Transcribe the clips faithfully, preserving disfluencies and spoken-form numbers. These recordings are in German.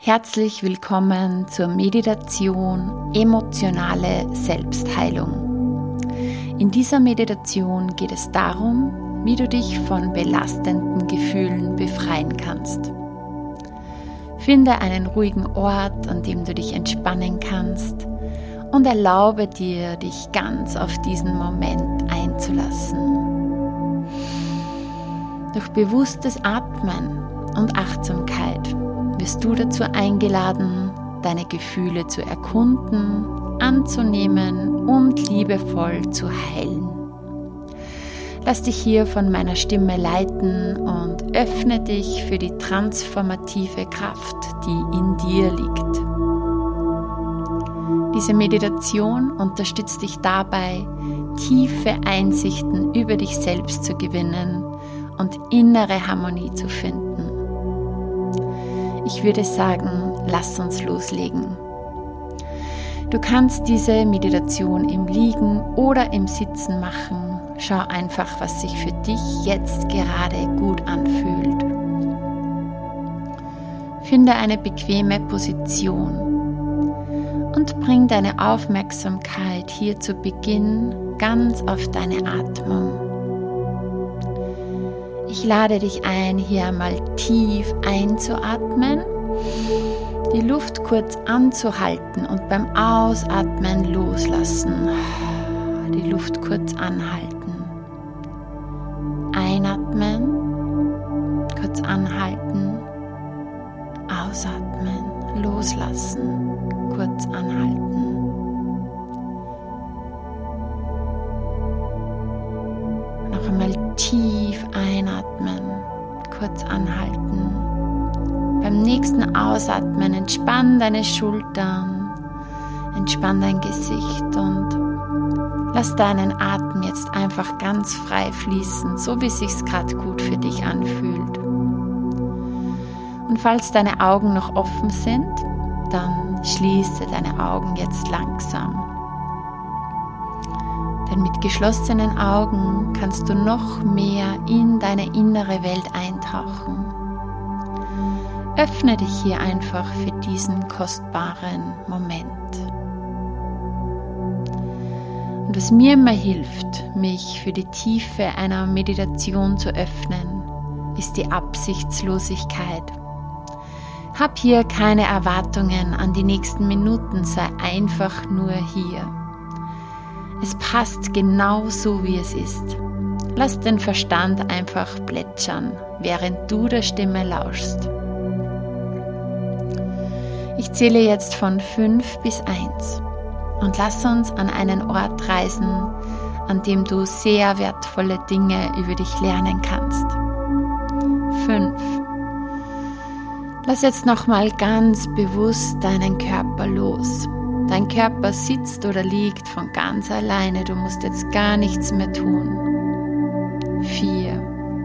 Herzlich willkommen zur Meditation Emotionale Selbstheilung. In dieser Meditation geht es darum, wie du dich von belastenden Gefühlen befreien kannst. Finde einen ruhigen Ort, an dem du dich entspannen kannst und erlaube dir, dich ganz auf diesen Moment einzulassen. Durch bewusstes Atmen und Achtsamkeit wirst du dazu eingeladen, deine Gefühle zu erkunden, anzunehmen und liebevoll zu heilen. Lass dich hier von meiner Stimme leiten und öffne dich für die transformative Kraft, die in dir liegt. Diese Meditation unterstützt dich dabei, tiefe Einsichten über dich selbst zu gewinnen und innere Harmonie zu finden. Ich würde sagen, lass uns loslegen. Du kannst diese Meditation im Liegen oder im Sitzen machen. Schau einfach, was sich für dich jetzt gerade gut anfühlt. Finde eine bequeme Position und bring deine Aufmerksamkeit hier zu Beginn ganz auf deine Atmung. Ich lade dich ein, hier einmal tief einzuatmen, die Luft kurz anzuhalten und beim Ausatmen loslassen. Die Luft kurz anhalten. Einatmen, kurz anhalten, ausatmen, loslassen, kurz anhalten. Noch einmal tief einatmen, kurz anhalten. Beim nächsten Ausatmen entspann deine Schultern, entspann dein Gesicht und lass deinen Atem jetzt einfach ganz frei fließen, so wie es sich gerade gut für dich anfühlt. Und falls deine Augen noch offen sind, dann schließe deine Augen jetzt langsam. Denn mit geschlossenen Augen kannst du noch mehr in deine innere Welt eintauchen. Öffne dich hier einfach für diesen kostbaren Moment. Und was mir immer hilft, mich für die Tiefe einer Meditation zu öffnen, ist die Absichtslosigkeit. Hab hier keine Erwartungen an die nächsten Minuten, sei einfach nur hier. Es passt genau so, wie es ist. Lass den Verstand einfach plätschern, während du der Stimme lauschst. Ich zähle jetzt von fünf bis eins und lass uns an einen Ort reisen, an dem du sehr wertvolle Dinge über dich lernen kannst. fünf. Lass jetzt nochmal ganz bewusst deinen Körper los. Dein Körper sitzt oder liegt von ganz alleine, du musst jetzt gar nichts mehr tun. vier.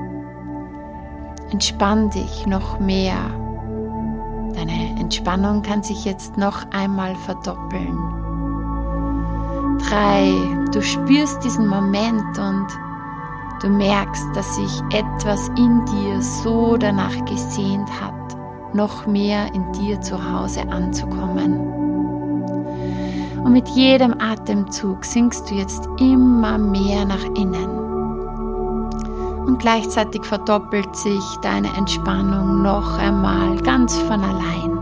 Entspann dich noch mehr. Deine Entspannung kann sich jetzt noch einmal verdoppeln. drei. Du spürst diesen Moment und du merkst, dass sich etwas in dir so danach gesehnt hat, noch mehr in dir zu Hause anzukommen. Und mit jedem Atemzug sinkst du jetzt immer mehr nach innen. Und gleichzeitig verdoppelt sich deine Entspannung noch einmal ganz von allein.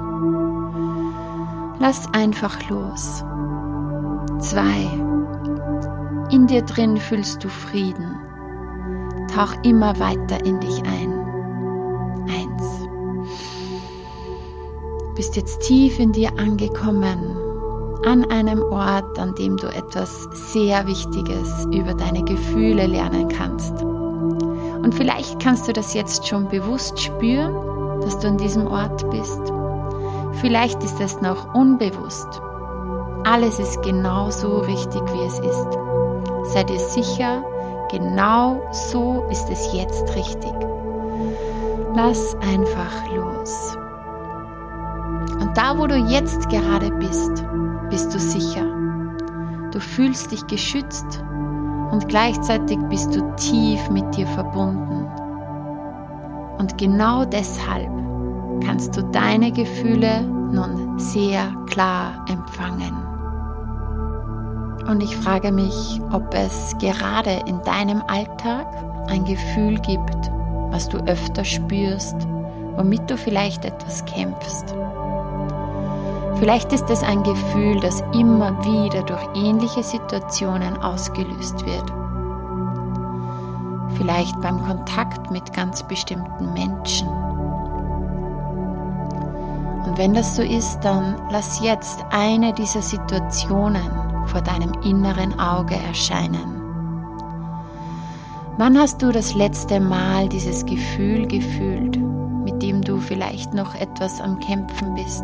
Lass einfach los. zwei. In dir drin fühlst du Frieden. Tauch immer weiter in dich ein. eins. Du bist jetzt tief in dir angekommen. An einem Ort, an dem du etwas sehr Wichtiges über deine Gefühle lernen kannst. Und vielleicht kannst du das jetzt schon bewusst spüren, dass du an diesem Ort bist. Vielleicht ist es noch unbewusst. Alles ist genau so richtig, wie es ist. Sei dir sicher, genau so ist es jetzt richtig. Lass einfach los. Und da, wo du jetzt gerade bist, bist du sicher. Du fühlst dich geschützt und gleichzeitig bist du tief mit dir verbunden. Und genau deshalb kannst du deine Gefühle nun sehr klar empfangen. Und ich frage mich, ob es gerade in deinem Alltag ein Gefühl gibt, was du öfter spürst, womit du vielleicht etwas kämpfst. Vielleicht ist es ein Gefühl, das immer wieder durch ähnliche Situationen ausgelöst wird. Vielleicht beim Kontakt mit ganz bestimmten Menschen. Und wenn das so ist, dann lass jetzt eine dieser Situationen vor deinem inneren Auge erscheinen. Wann hast du das letzte Mal dieses Gefühl gefühlt, mit dem du vielleicht noch etwas am Kämpfen bist?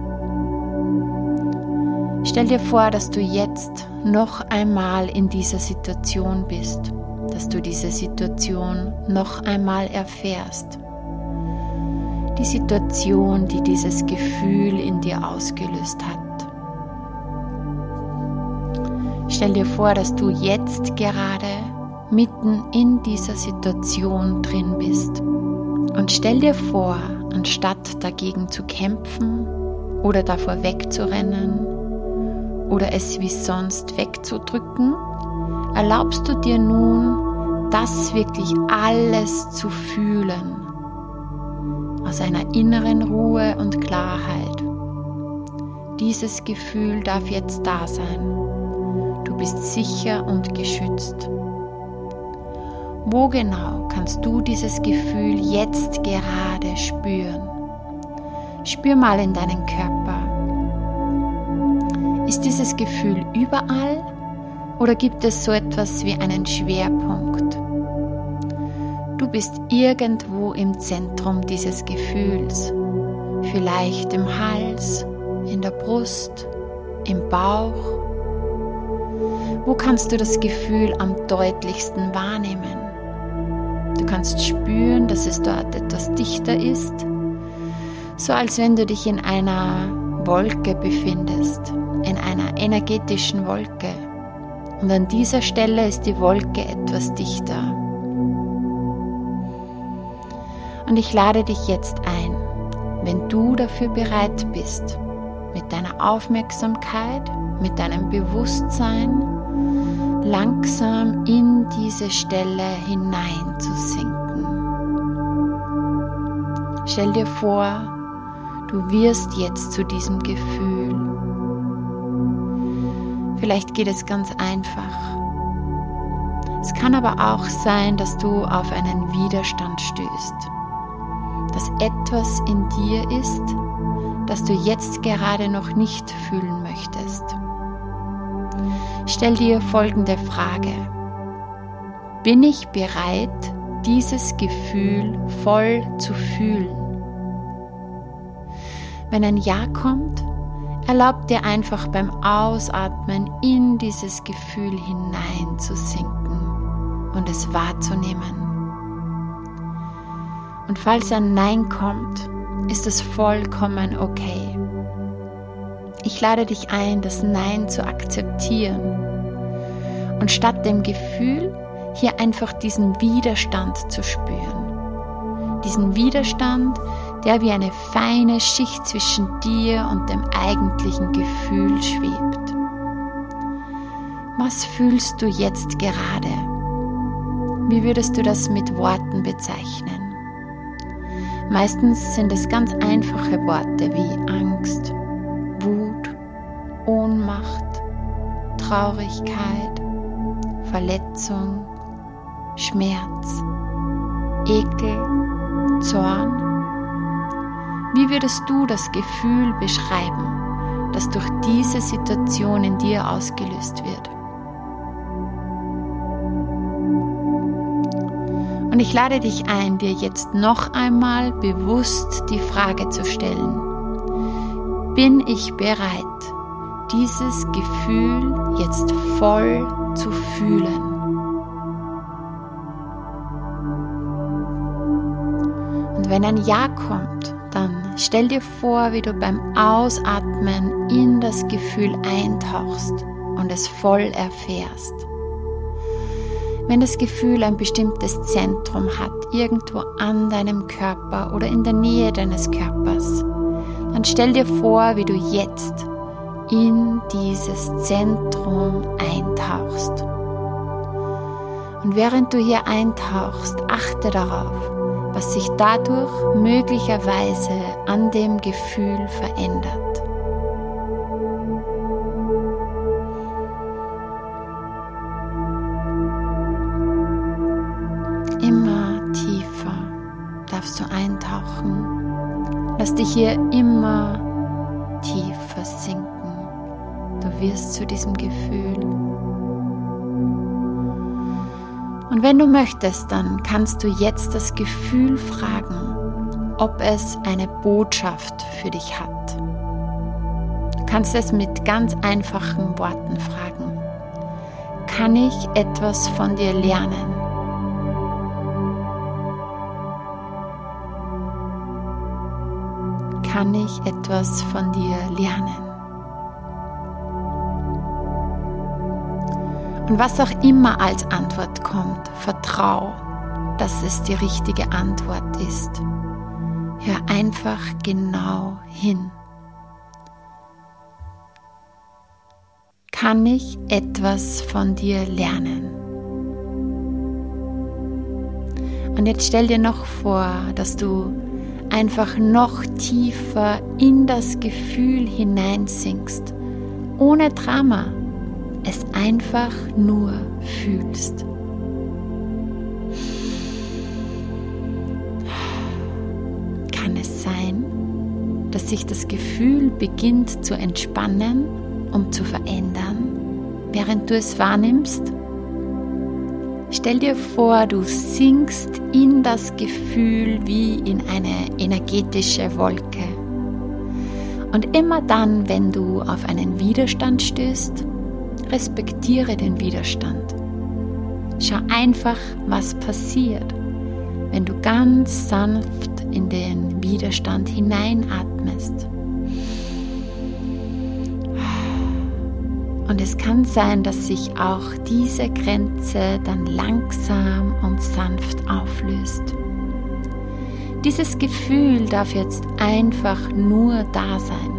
Stell dir vor, dass du jetzt noch einmal in dieser Situation bist, dass du diese Situation noch einmal erfährst. Die Situation, die dieses Gefühl in dir ausgelöst hat. Stell dir vor, dass du jetzt gerade mitten in dieser Situation drin bist. Und stell dir vor, anstatt dagegen zu kämpfen oder davor wegzurennen oder es wie sonst wegzudrücken, erlaubst du dir nun, das wirklich alles zu fühlen, aus einer inneren Ruhe und Klarheit. Dieses Gefühl darf jetzt da sein. Du bist sicher und geschützt. Wo genau kannst du dieses Gefühl jetzt gerade spüren? Spür mal in deinen Körper. Ist dieses Gefühl überall oder gibt es so etwas wie einen Schwerpunkt? Du bist irgendwo im Zentrum dieses Gefühls, vielleicht im Hals, in der Brust, im Bauch. Wo kannst du das Gefühl am deutlichsten wahrnehmen? Du kannst spüren, dass es dort etwas dichter ist, so als wenn du dich in einer Wolke befindest, in einer energetischen Wolke. Und an dieser Stelle ist die Wolke etwas dichter. Und ich lade dich jetzt ein, wenn du dafür bereit bist, mit deiner Aufmerksamkeit, mit deinem Bewusstsein, langsam in diese Stelle hineinzusinken. Stell dir vor, du wirst jetzt zu diesem Gefühl. Vielleicht geht es ganz einfach. Es kann aber auch sein, dass du auf einen Widerstand stößt. Dass etwas in dir ist, das du jetzt gerade noch nicht fühlen möchtest. Stell dir folgende Frage: Bin ich bereit, dieses Gefühl voll zu fühlen? Wenn ein Ja kommt, erlaub dir einfach beim Ausatmen in dieses Gefühl hineinzusinken und es wahrzunehmen. Und falls ein Nein kommt, ist es vollkommen okay. Ich lade dich ein, das Nein zu akzeptieren und statt dem Gefühl hier einfach diesen Widerstand zu spüren. Diesen Widerstand, der wie eine feine Schicht zwischen dir und dem eigentlichen Gefühl schwebt. Was fühlst du jetzt gerade? Wie würdest du das mit Worten bezeichnen? Meistens sind es ganz einfache Worte wie Angst, Wut, Ohnmacht, Traurigkeit, Verletzung, Schmerz, Ekel, Zorn. Wie würdest du das Gefühl beschreiben, das durch diese Situation in dir ausgelöst wird? Und ich lade dich ein, dir jetzt noch einmal bewusst die Frage zu stellen: Bin ich bereit, dieses Gefühl jetzt voll zu fühlen? Und wenn ein Ja kommt, dann stell dir vor, wie du beim Ausatmen in das Gefühl eintauchst und es voll erfährst. Wenn das Gefühl ein bestimmtes Zentrum hat, irgendwo an deinem Körper oder in der Nähe deines Körpers, dann stell dir vor, wie du jetzt in dieses Zentrum eintauchst. Und während du hier eintauchst, achte darauf, was sich dadurch möglicherweise an dem Gefühl verändert. Immer tiefer darfst du eintauchen. Lass dich hier immer tiefer sinken. Du wirst zu diesem Gefühl. Und wenn du möchtest, dann kannst du jetzt das Gefühl fragen, ob es eine Botschaft für dich hat. Du kannst es mit ganz einfachen Worten fragen. Kann ich etwas von dir lernen? Kann ich etwas von dir lernen? Und was auch immer als Antwort kommt, vertrau, dass es die richtige Antwort ist. Hör einfach genau hin. Kann ich etwas von dir lernen? Und jetzt stell dir noch vor, dass du einfach noch tiefer in das Gefühl hineinsinkst, ohne Drama. Es einfach nur fühlst. Kann es sein, dass sich das Gefühl beginnt zu entspannen und zu verändern, während du es wahrnimmst? Stell dir vor, du sinkst in das Gefühl wie in eine energetische Wolke. Und immer dann, wenn du auf einen Widerstand stößt, respektiere den Widerstand. Schau einfach, was passiert, wenn du ganz sanft in den Widerstand hineinatmest. Und es kann sein, dass sich auch diese Grenze dann langsam und sanft auflöst. Dieses Gefühl darf jetzt einfach nur da sein.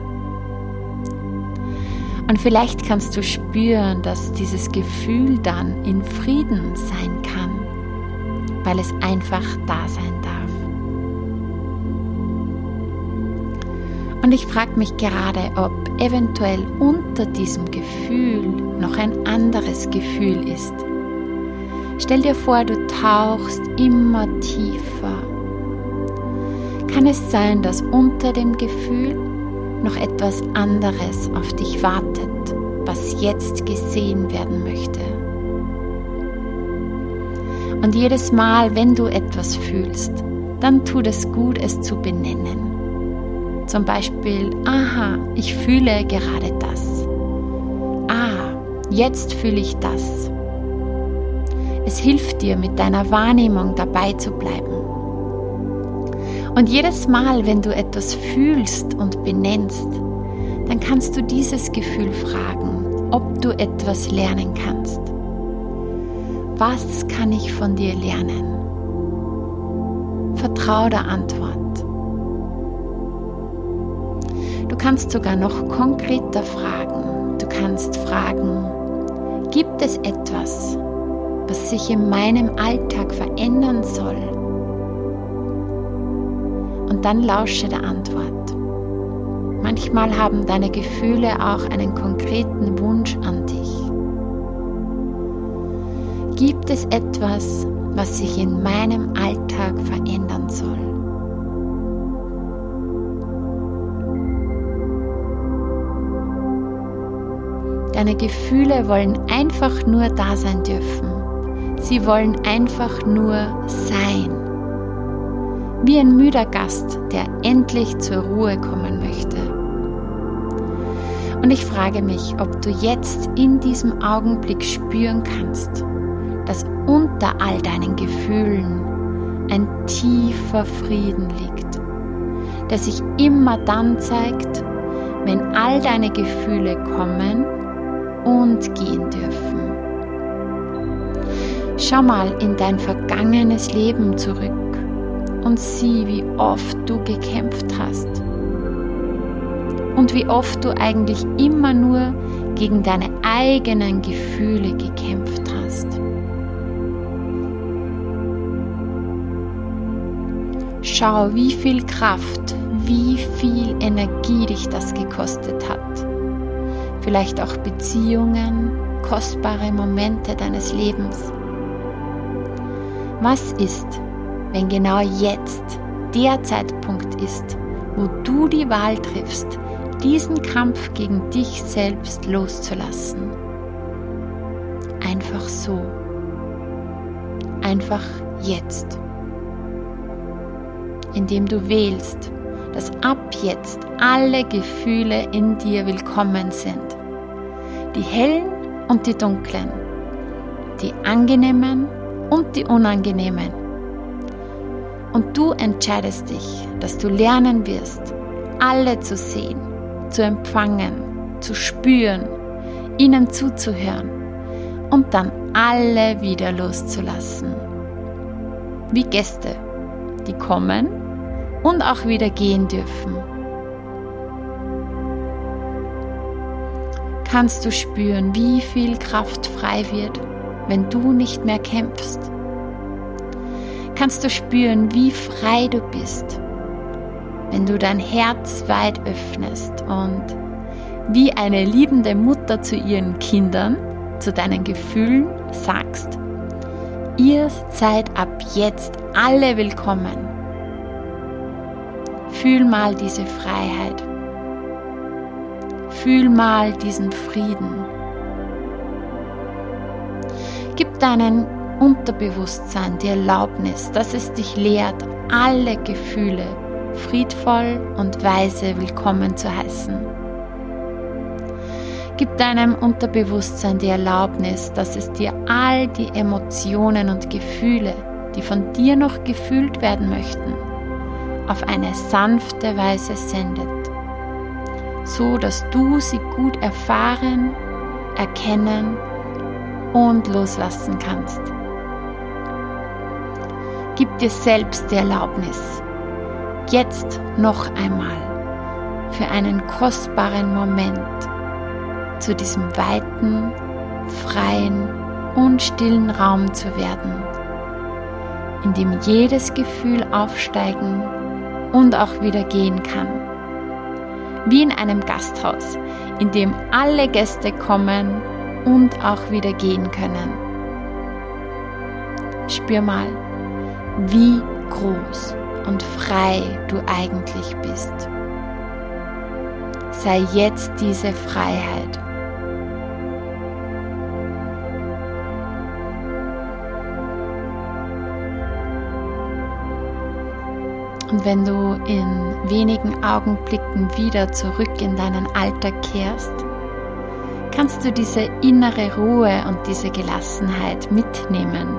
Und vielleicht kannst du spüren, dass dieses Gefühl dann in Frieden sein kann, weil es einfach da sein darf. Und ich frage mich gerade, ob eventuell unter diesem Gefühl noch ein anderes Gefühl ist. Stell dir vor, du tauchst immer tiefer. Kann es sein, dass unter dem Gefühl noch etwas anderes auf dich wartet, was jetzt gesehen werden möchte? Und jedes Mal, wenn du etwas fühlst, dann tut es gut, es zu benennen. Zum Beispiel, aha, ich fühle gerade das. Ah, jetzt fühle ich das. Es hilft dir, mit deiner Wahrnehmung dabei zu bleiben. Und jedes Mal, wenn du etwas fühlst und benennst, dann kannst du dieses Gefühl fragen, ob du etwas lernen kannst. Was kann ich von dir lernen? Vertrau der Antwort. Du kannst sogar noch konkreter fragen. Du kannst fragen, gibt es etwas, was sich in meinem Alltag verändern soll? Und dann lausche der Antwort. Manchmal haben deine Gefühle auch einen konkreten Wunsch an dich. Gibt es etwas, was sich in meinem Alltag verändern soll? Deine Gefühle wollen einfach nur da sein dürfen. Sie wollen einfach nur sein. Wie ein müder Gast, der endlich zur Ruhe kommen möchte. Und ich frage mich, ob du jetzt in diesem Augenblick spüren kannst, dass unter all deinen Gefühlen ein tiefer Frieden liegt, der sich immer dann zeigt, wenn all deine Gefühle kommen und gehen dürfen. Schau mal in dein vergangenes Leben zurück und sieh, wie oft du gekämpft hast und wie oft du eigentlich immer nur gegen deine eigenen Gefühle gekämpft hast. Schau, wie viel Kraft, wie viel Energie dich das gekostet hat. Vielleicht auch Beziehungen, kostbare Momente deines Lebens. Was ist, wenn genau jetzt der Zeitpunkt ist, wo du die Wahl triffst, diesen Kampf gegen dich selbst loszulassen? Einfach so. Einfach jetzt. Indem du wählst, dass ab jetzt alle Gefühle in dir willkommen sind. Die hellen und die dunklen, die angenehmen und die unangenehmen. Und du entscheidest dich, dass du lernen wirst, alle zu sehen, zu empfangen, zu spüren, ihnen zuzuhören und dann alle wieder loszulassen. Wie Gäste, die kommen und auch wieder gehen dürfen. Kannst du spüren, wie viel Kraft frei wird, wenn du nicht mehr kämpfst? Kannst du spüren, wie frei du bist, wenn du dein Herz weit öffnest und wie eine liebende Mutter zu ihren Kindern, zu deinen Gefühlen sagst: Ihr seid ab jetzt alle willkommen. Fühl mal diese Freiheit. Fühl mal diesen Frieden. Gib deinem Unterbewusstsein die Erlaubnis, dass es dich lehrt, alle Gefühle friedvoll und weise willkommen zu heißen. Gib deinem Unterbewusstsein die Erlaubnis, dass es dir all die Emotionen und Gefühle, die von dir noch gefühlt werden möchten, auf eine sanfte Weise sendet, so dass du sie gut erfahren, erkennen und loslassen kannst. Gib dir selbst die Erlaubnis, jetzt noch einmal für einen kostbaren Moment zu diesem weiten, freien und stillen Raum zu werden, in dem jedes Gefühl aufsteigen und auch wieder gehen kann. Wie in einem Gasthaus, in dem alle Gäste kommen und auch wieder gehen können. Spür mal, wie groß und frei du eigentlich bist. Sei jetzt diese Freiheit. Und wenn du in wenigen Augenblicken wieder zurück in deinen Alltag kehrst, kannst du diese innere Ruhe und diese Gelassenheit mitnehmen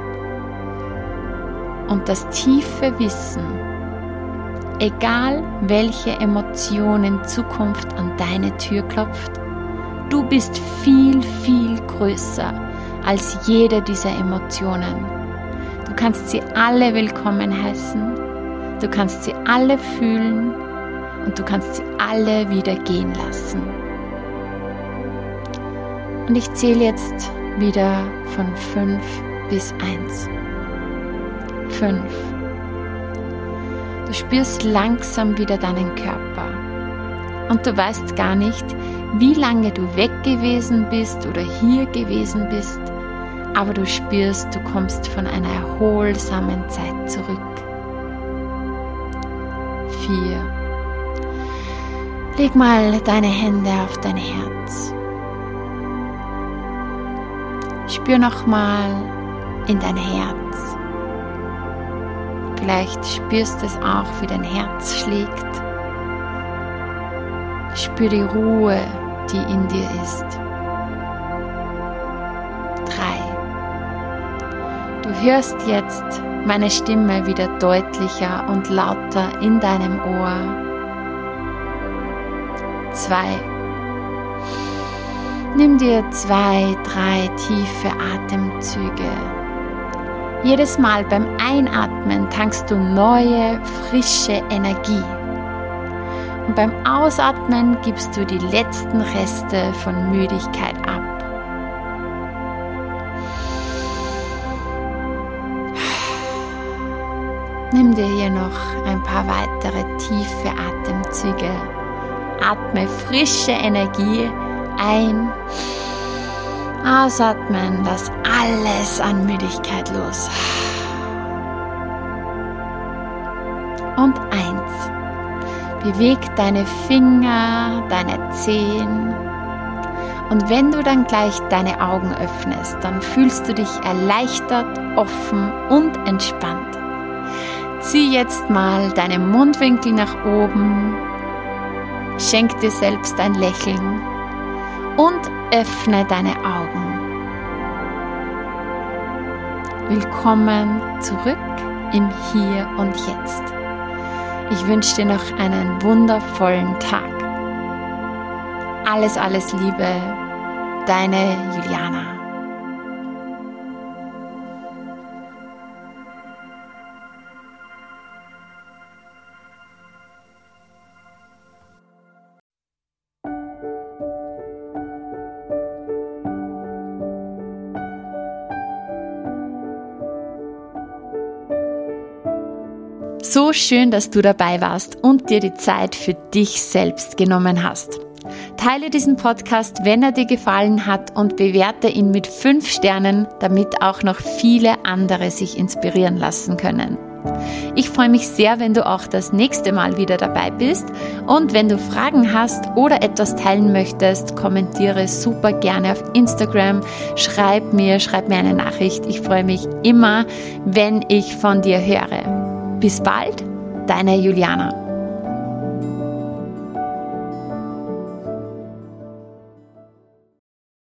und das tiefe Wissen, egal welche Emotion in Zukunft an deine Tür klopft, du bist viel, viel größer als jede dieser Emotionen. Du kannst sie alle willkommen heißen. Du kannst sie alle fühlen und du kannst sie alle wieder gehen lassen. Und ich zähle jetzt wieder von fünf bis eins. fünf. Du spürst langsam wieder deinen Körper und du weißt gar nicht, wie lange du weg gewesen bist oder hier gewesen bist, aber du spürst, du kommst von einer erholsamen Zeit zurück. vier. Leg mal deine Hände auf dein Herz. Spür nochmal in dein Herz. Vielleicht spürst du es auch, wie dein Herz schlägt. Spür die Ruhe, die in dir ist. drei. Du hörst jetzt meine Stimme wieder deutlicher und lauter in deinem Ohr. zwei. Nimm dir zwei, drei tiefe Atemzüge Jedes Mal beim Einatmen tankst du neue, frische Energie. Und beim Ausatmen gibst du die letzten Reste von Müdigkeit ab. Nimm dir hier noch ein paar weitere tiefe Atemzüge. Atme frische Energie ein. Ausatmen, lass alles an Müdigkeit los. Und eins. Beweg deine Finger, deine Zehen. Und wenn du dann gleich deine Augen öffnest, dann fühlst du dich erleichtert, offen und entspannt. Zieh jetzt mal deine Mundwinkel nach oben, schenk dir selbst ein Lächeln und öffne deine Augen. Willkommen zurück im Hier und Jetzt. Ich wünsche dir noch einen wundervollen Tag. Alles, alles Liebe, deine Juliana. So schön, dass du dabei warst und dir die Zeit für dich selbst genommen hast. Teile diesen Podcast, wenn er dir gefallen hat, und bewerte ihn mit fünf Sternen, damit auch noch viele andere sich inspirieren lassen können. Ich freue mich sehr, wenn du auch das nächste Mal wieder dabei bist, und wenn du Fragen hast oder etwas teilen möchtest, kommentiere super gerne auf Instagram, schreib mir, schreib mir eine Nachricht. Ich freue mich immer, wenn ich von dir höre. Bis bald, deine Juliana.